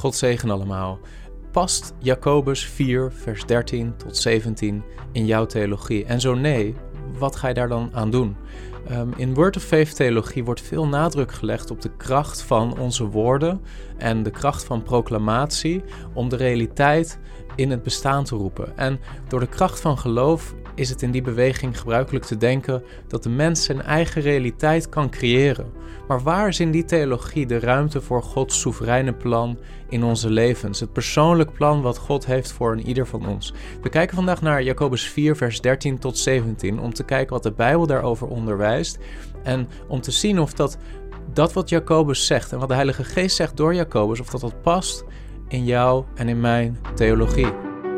God zegen allemaal. Past Jacobus 4 vers 13 tot 17 in jouw theologie? En zo nee, wat ga je daar dan aan doen? In Word of Faith theologie wordt veel nadruk gelegd op de kracht van onze woorden en de kracht van proclamatie om de realiteit in het bestaan te roepen. En door de kracht van geloof is het in die beweging gebruikelijk te denken dat de mens zijn eigen realiteit kan creëren. Maar waar is in die theologie de ruimte voor Gods soevereine plan in onze levens? Het persoonlijk plan wat God heeft voor een ieder van ons. We kijken vandaag naar Jacobus 4 vers 13 tot 17 om te kijken wat de Bijbel daarover onderwijst en om te zien of dat wat Jacobus zegt en wat de Heilige Geest zegt door Jacobus, of dat past in jou en in mijn theologie.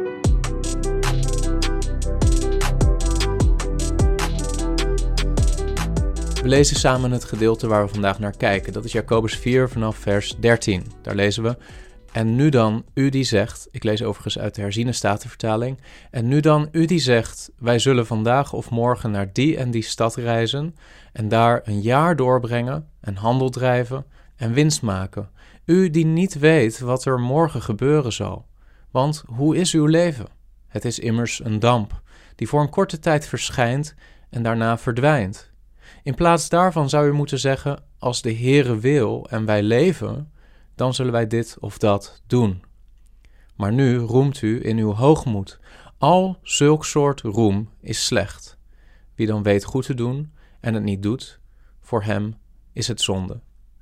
We lezen samen het gedeelte waar we vandaag naar kijken. Dat is Jacobus 4 vanaf vers 13. Daar lezen we: En nu dan, u die zegt, ik lees overigens uit de herziene statenvertaling, en nu dan, u die zegt, wij zullen vandaag of morgen naar die en die stad reizen en daar een jaar doorbrengen en handel drijven en winst maken. U die niet weet wat er morgen gebeuren zal. Want hoe is uw leven? Het is immers een damp, die voor een korte tijd verschijnt en daarna verdwijnt. In plaats daarvan zou u moeten zeggen, als de Heere wil en wij leven, dan zullen wij dit of dat doen. Maar nu roemt u in uw hoogmoed. Al zulk soort roem is slecht. Wie dan weet goed te doen en het niet doet, voor hem is het zonde.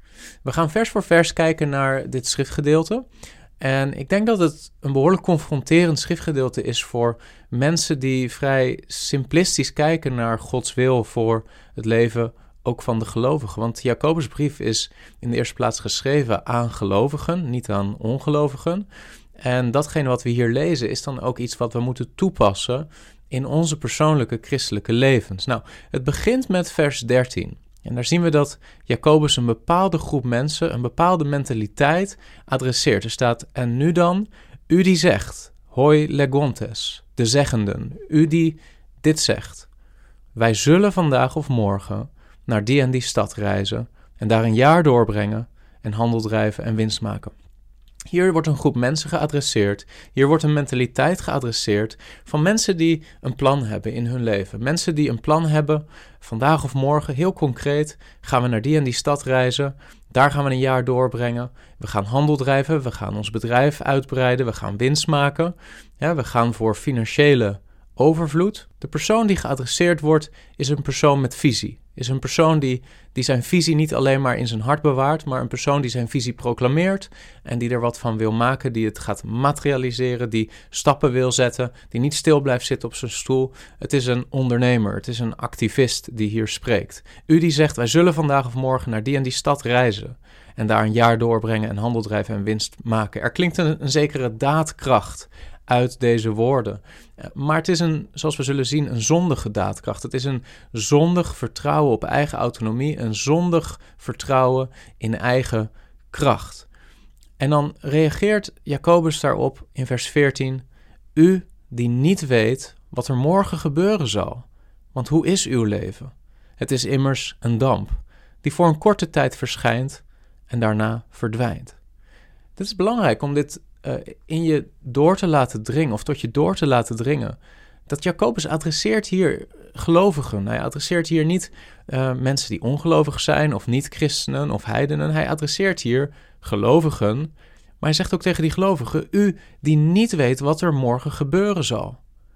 We gaan vers voor vers kijken naar dit schriftgedeelte. En ik denk dat het een behoorlijk confronterend schriftgedeelte is voor mensen die vrij simplistisch kijken naar Gods wil voor het leven ook van de gelovigen. Want Jacobus' brief is in de eerste plaats geschreven aan gelovigen, niet aan ongelovigen. En datgene wat we hier lezen is dan ook iets wat we moeten toepassen in onze persoonlijke christelijke levens. Nou, het begint met vers 13. En daar zien we dat Jacobus een bepaalde groep mensen, een bepaalde mentaliteit adresseert. Er staat, en nu dan, u die zegt, hoi legontes, de zeggenden, u die dit zegt. Wij zullen vandaag of morgen naar die en die stad reizen en daar een jaar doorbrengen en handel drijven en winst maken. Hier wordt een groep mensen geadresseerd. Hier wordt een mentaliteit geadresseerd van mensen die een plan hebben in hun leven. Mensen die een plan hebben, vandaag of morgen, heel concreet, gaan we naar die en die stad reizen. Daar gaan we een jaar doorbrengen. We gaan handel drijven, we gaan ons bedrijf uitbreiden, we gaan winst maken. Ja, we gaan voor financiële overvloed. De persoon die geadresseerd wordt is een persoon met visie. Is een persoon die zijn visie niet alleen maar in zijn hart bewaart, maar een persoon die zijn visie proclameert en die er wat van wil maken, die het gaat materialiseren, die stappen wil zetten, die niet stil blijft zitten op zijn stoel. Het is een ondernemer, het is een activist die hier spreekt. U die zegt, wij zullen vandaag of morgen naar die en die stad reizen en daar een jaar doorbrengen en handel drijven en winst maken. Er klinkt een zekere daadkracht uit deze woorden. Maar het is zoals we zullen zien, een zondige daadkracht. Het is een zondig vertrouwen op eigen autonomie, een zondig vertrouwen in eigen kracht. En dan reageert Jacobus daarop in vers 14, u die niet weet wat er morgen gebeuren zal. Want hoe is uw leven? Het is immers een damp, die voor een korte tijd verschijnt en daarna verdwijnt. Het is belangrijk om dit in je door te laten dringen, of tot je door te laten dringen, dat Jacobus adresseert hier gelovigen. Hij adresseert hier niet mensen die ongelovig zijn, of niet-christenen, of heidenen. Hij adresseert hier gelovigen, maar hij zegt ook tegen die gelovigen, u die niet weet wat er morgen gebeuren zal.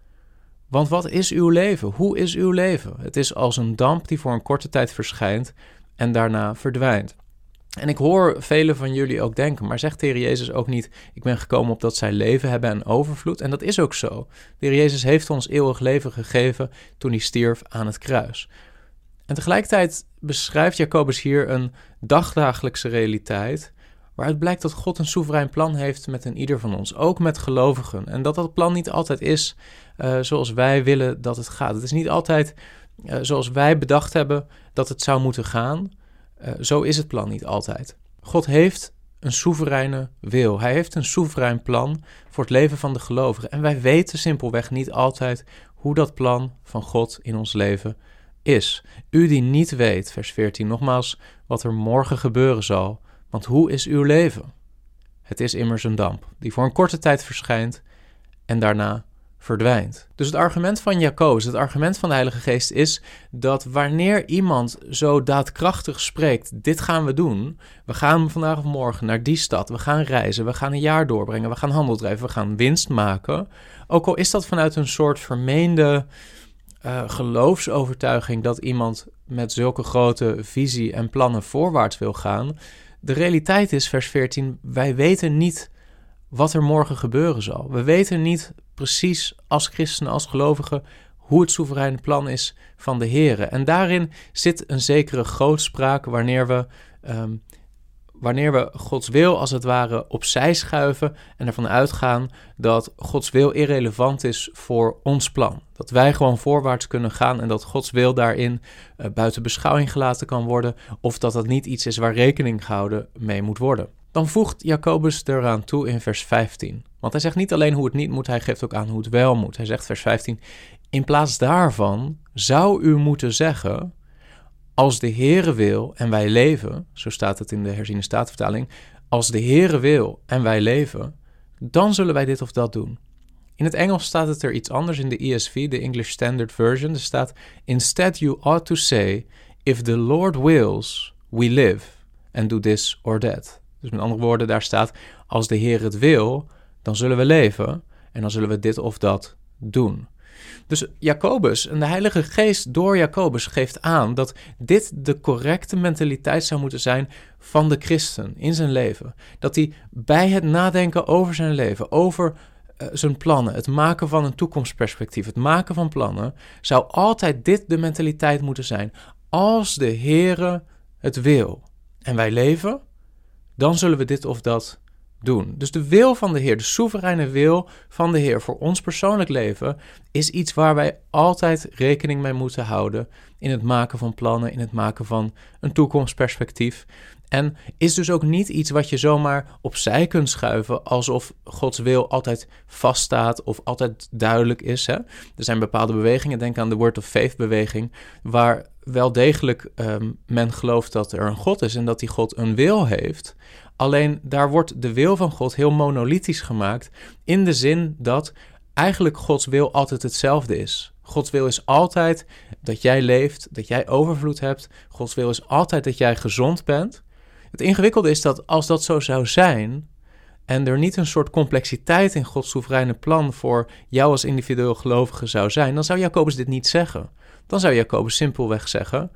Want wat is uw leven? Hoe is uw leven? Het is als een damp die voor een korte tijd verschijnt en daarna verdwijnt. En ik hoor velen van jullie ook denken, maar zegt de Heer Jezus ook niet, ik ben gekomen opdat zij leven hebben en overvloed? En dat is ook zo. De Heer Jezus heeft ons eeuwig leven gegeven toen hij stierf aan het kruis. En tegelijkertijd beschrijft Jacobus hier een dagdagelijkse realiteit, waaruit blijkt dat God een soeverein plan heeft met een ieder van ons, ook met gelovigen. En dat plan niet altijd is zoals wij willen dat het gaat. Het is niet altijd zoals wij bedacht hebben dat het zou moeten gaan. Zo is het plan niet altijd. God heeft een soevereine wil. Hij heeft een soeverein plan voor het leven van de gelovigen. En wij weten simpelweg niet altijd hoe dat plan van God in ons leven is. U die niet weet, vers 14 nogmaals, wat er morgen gebeuren zal. Want hoe is uw leven? Het is immers een damp, die voor een korte tijd verschijnt en daarna verdwijnt. Dus het argument van Jacobus, het argument van de Heilige Geest is dat wanneer iemand zo daadkrachtig spreekt, dit gaan we doen, we gaan vandaag of morgen naar die stad, we gaan reizen, we gaan een jaar doorbrengen, we gaan handel drijven, we gaan winst maken, ook al is dat vanuit een soort vermeende geloofsovertuiging dat iemand met zulke grote visie en plannen voorwaarts wil gaan. De realiteit is, vers 14, wij weten niet wat er morgen gebeuren zal. We weten niet precies als christenen, als gelovigen, hoe het soevereine plan is van de Here. En daarin zit een zekere grootspraak wanneer we Gods wil als het ware opzij schuiven en ervan uitgaan dat Gods wil irrelevant is voor ons plan. Dat wij gewoon voorwaarts kunnen gaan en dat Gods wil daarin buiten beschouwing gelaten kan worden, of dat dat niet iets is waar rekening gehouden mee moet worden. Dan voegt Jacobus eraan toe in vers 15. Want hij zegt niet alleen hoe het niet moet, hij geeft ook aan hoe het wel moet. Hij zegt vers 15, in plaats daarvan zou u moeten zeggen, als de Heere wil en wij leven, zo staat het in de herziene statenvertaling, als de Heere wil en wij leven, dan zullen wij dit of dat doen. In het Engels staat het er iets anders in de ESV, de English Standard Version. Er staat, instead you ought to say, if the Lord wills, we live, and do this or that. Dus met andere woorden, daar staat, als de Heer het wil, dan zullen we leven en dan zullen we dit of dat doen. Dus Jacobus en de Heilige Geest door Jacobus geeft aan dat dit de correcte mentaliteit zou moeten zijn van de christen in zijn leven. Dat hij bij het nadenken over zijn leven, over zijn plannen, het maken van een toekomstperspectief, het maken van plannen, zou altijd dit de mentaliteit moeten zijn. Als de Heere het wil en wij leven, dan zullen we dit of dat doen. Dus de wil van de Heer, de soevereine wil van de Heer voor ons persoonlijk leven, is iets waar wij altijd rekening mee moeten houden in het maken van plannen, in het maken van een toekomstperspectief. En is dus ook niet iets wat je zomaar opzij kunt schuiven alsof Gods wil altijd vaststaat of altijd duidelijk is. Hè? Er zijn bepaalde bewegingen, denk aan de Word of Faith beweging, waar wel degelijk men gelooft dat er een God is en dat die God een wil heeft. Alleen daar wordt de wil van God heel monolithisch gemaakt in de zin dat eigenlijk Gods wil altijd hetzelfde is. Gods wil is altijd dat jij leeft, dat jij overvloed hebt. Gods wil is altijd dat jij gezond bent. Het ingewikkelde is dat als dat zo zou zijn en er niet een soort complexiteit in Gods soevereine plan voor jou als individueel gelovige zou zijn, dan zou Jacobus dit niet zeggen. Dan zou Jacobus simpelweg zeggen,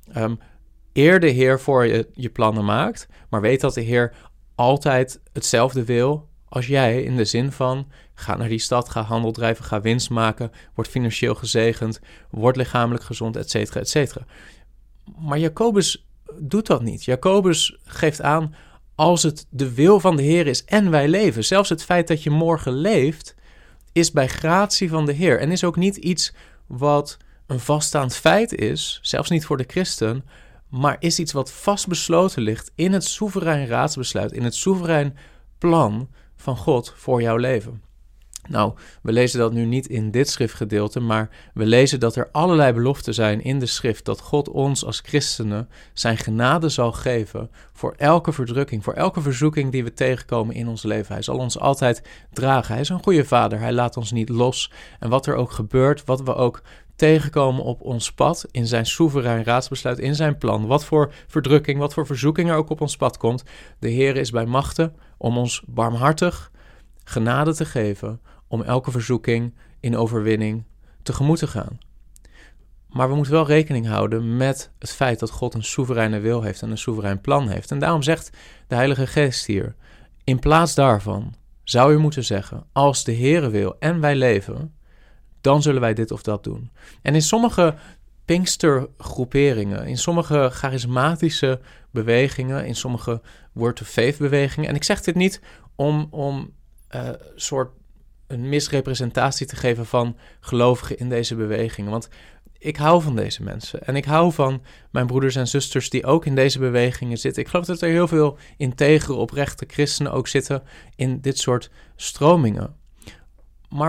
eer de Heer voor je plannen maakt, maar weet dat de Heer altijd hetzelfde wil als jij, in de zin van ga naar die stad, ga handel drijven, ga winst maken, word financieel gezegend, word lichamelijk gezond, et cetera, et cetera. Maar Jacobus doet dat niet. Jacobus geeft aan, als het de wil van de Heer is en wij leven, zelfs het feit dat je morgen leeft, is bij gratie van de Heer en is ook niet iets wat een vaststaand feit is, zelfs niet voor de christen, maar is iets wat vastbesloten ligt in het soeverein raadsbesluit, in het soeverein plan van God voor jouw leven. Nou, we lezen dat nu niet in dit schriftgedeelte, maar we lezen dat er allerlei beloften zijn in de schrift dat God ons als christenen zijn genade zal geven voor elke verdrukking, voor elke verzoeking die we tegenkomen in ons leven. Hij zal ons altijd dragen. Hij is een goede vader. Hij laat ons niet los. En wat er ook gebeurt, wat we ook tegenkomen op ons pad, in zijn soeverein raadsbesluit, in zijn plan, wat voor verdrukking, wat voor verzoeking er ook op ons pad komt, de Heer is bij machte om ons barmhartig genade te geven, om elke verzoeking in overwinning tegemoet te gaan. Maar we moeten wel rekening houden met het feit dat God een soevereine wil heeft en een soeverein plan heeft. En daarom zegt de Heilige Geest hier, in plaats daarvan zou u moeten zeggen, als de Heere wil en wij leven, dan zullen wij dit of dat doen. En in sommige Pinkstergroeperingen, in sommige charismatische bewegingen, in sommige Word of Faith bewegingen, en ik zeg dit niet om soort een misrepresentatie te geven van gelovigen in deze bewegingen, want ik hou van deze mensen en ik hou van mijn broeders en zusters die ook in deze bewegingen zitten. Ik geloof dat er heel veel integere, oprechte christenen ook zitten in dit soort stromingen. Maar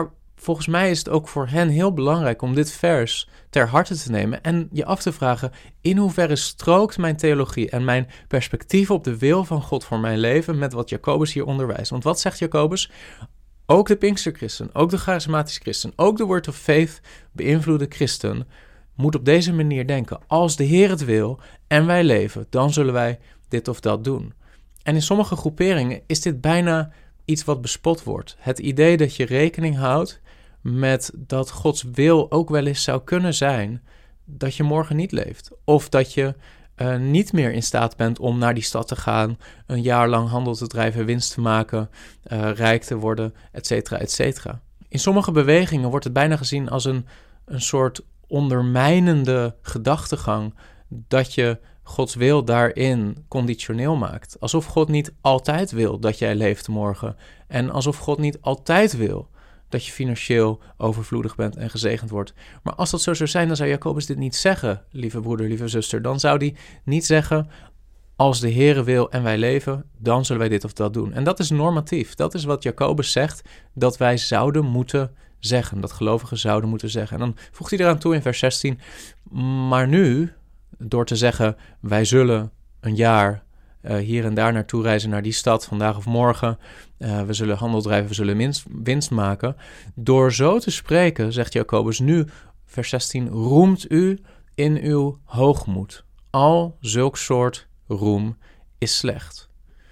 volgens mij is het ook voor hen heel belangrijk om dit vers ter harte te nemen en je af te vragen, in hoeverre strookt mijn theologie en mijn perspectief op de wil van God voor mijn leven met wat Jacobus hier onderwijst? Want wat zegt Jacobus? Ook de Pinksterchristen, ook de charismatische christen, ook de Word of Faith beïnvloede christen moet op deze manier denken. Als de Heer het wil en wij leven, dan zullen wij dit of dat doen. En in sommige groeperingen is dit bijna iets wat bespot wordt. Het idee dat je rekening houdt met dat Gods wil ook wel eens zou kunnen zijn dat je morgen niet leeft. Of dat je niet meer in staat bent om naar die stad te gaan, een jaar lang handel te drijven, winst te maken, rijk te worden, et cetera, et cetera. In sommige bewegingen wordt het bijna gezien als een soort ondermijnende gedachtegang dat je Gods wil daarin conditioneel maakt. Alsof God niet altijd wil dat jij leeft morgen. En alsof God niet altijd wil dat je financieel overvloedig bent en gezegend wordt. Maar als dat zo zou zijn, dan zou Jacobus dit niet zeggen, lieve broeder, lieve zuster. Dan zou hij niet zeggen, als de Heere wil en wij leven, dan zullen wij dit of dat doen. En dat is normatief. Dat is wat Jacobus zegt, dat wij zouden moeten zeggen. Dat gelovigen zouden moeten zeggen. En dan voegt hij eraan toe in vers 16, maar nu, door te zeggen, wij zullen een jaar hier en daar naartoe reizen naar die stad, vandaag of morgen. We zullen handel drijven, we zullen winst maken. Door zo te spreken, zegt Jacobus nu, vers 16, roemt u in uw hoogmoed. Al zulk soort roem is slecht.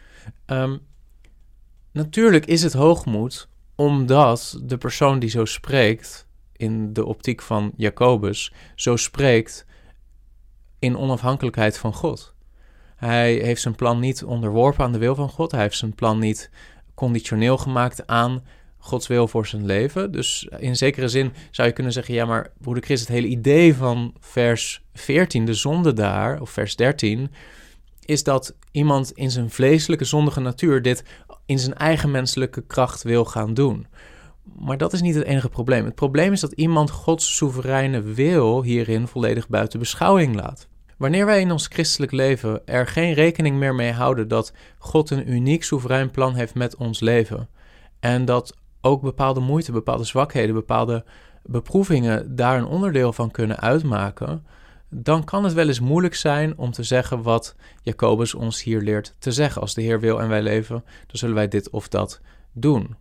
Natuurlijk is het hoogmoed, omdat de persoon die zo spreekt, in de optiek van Jacobus, zo spreekt in onafhankelijkheid van God. Hij heeft zijn plan niet onderworpen aan de wil van God. Hij heeft zijn plan niet conditioneel gemaakt aan Gods wil voor zijn leven. Dus in zekere zin zou je kunnen zeggen, ja, maar broeder Chris, het hele idee van vers 14, de zonde daar, of vers 13, is dat iemand in zijn vleeselijke zondige natuur dit in zijn eigen menselijke kracht wil gaan doen. Maar dat is niet het enige probleem. Het probleem is dat iemand Gods soevereine wil hierin volledig buiten beschouwing laat. Wanneer wij in ons christelijk leven er geen rekening meer mee houden dat God een uniek soeverein plan heeft met ons leven en dat ook bepaalde moeite, bepaalde zwakheden, bepaalde beproevingen daar een onderdeel van kunnen uitmaken, dan kan het wel eens moeilijk zijn om te zeggen wat Jacobus ons hier leert te zeggen. Als de Heer wil en wij leven, dan zullen wij dit of dat doen.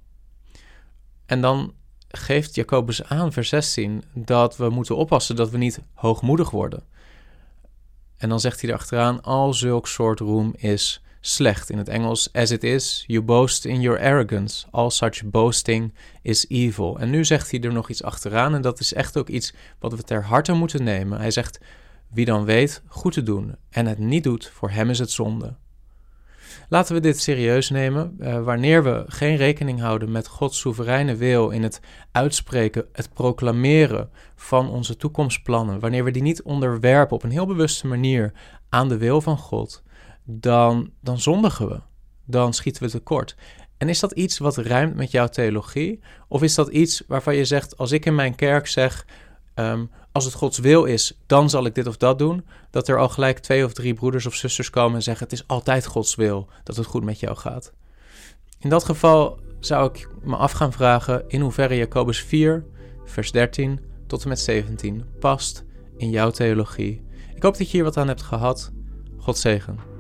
En dan geeft Jacobus aan, vers 16, dat we moeten oppassen dat we niet hoogmoedig worden. En dan zegt hij erachteraan, al zulk soort roem is slecht. In het Engels, as it is, you boast in your arrogance. All such boasting is evil. En nu zegt hij er nog iets achteraan en dat is echt ook iets wat we ter harte moeten nemen. Hij zegt, wie dan weet goed te doen en het niet doet, voor hem is het zonde. Laten we dit serieus nemen. Wanneer we geen rekening houden met Gods soevereine wil in het uitspreken, het proclameren van onze toekomstplannen, wanneer we die niet onderwerpen op een heel bewuste manier aan de wil van God, dan zondigen we. Dan schieten we tekort. En is dat iets wat rijmt met jouw theologie? Of is dat iets waarvan je zegt, als ik in mijn kerk zeg, als het Gods wil is, dan zal ik dit of dat doen, dat er al gelijk 2 of 3 broeders of zusters komen en zeggen, het is altijd Gods wil dat het goed met jou gaat. In dat geval zou ik me af gaan vragen in hoeverre Jacobus 4, vers 13 tot en met 17 past in jouw theologie. Ik hoop dat je hier wat aan hebt gehad. God zegen.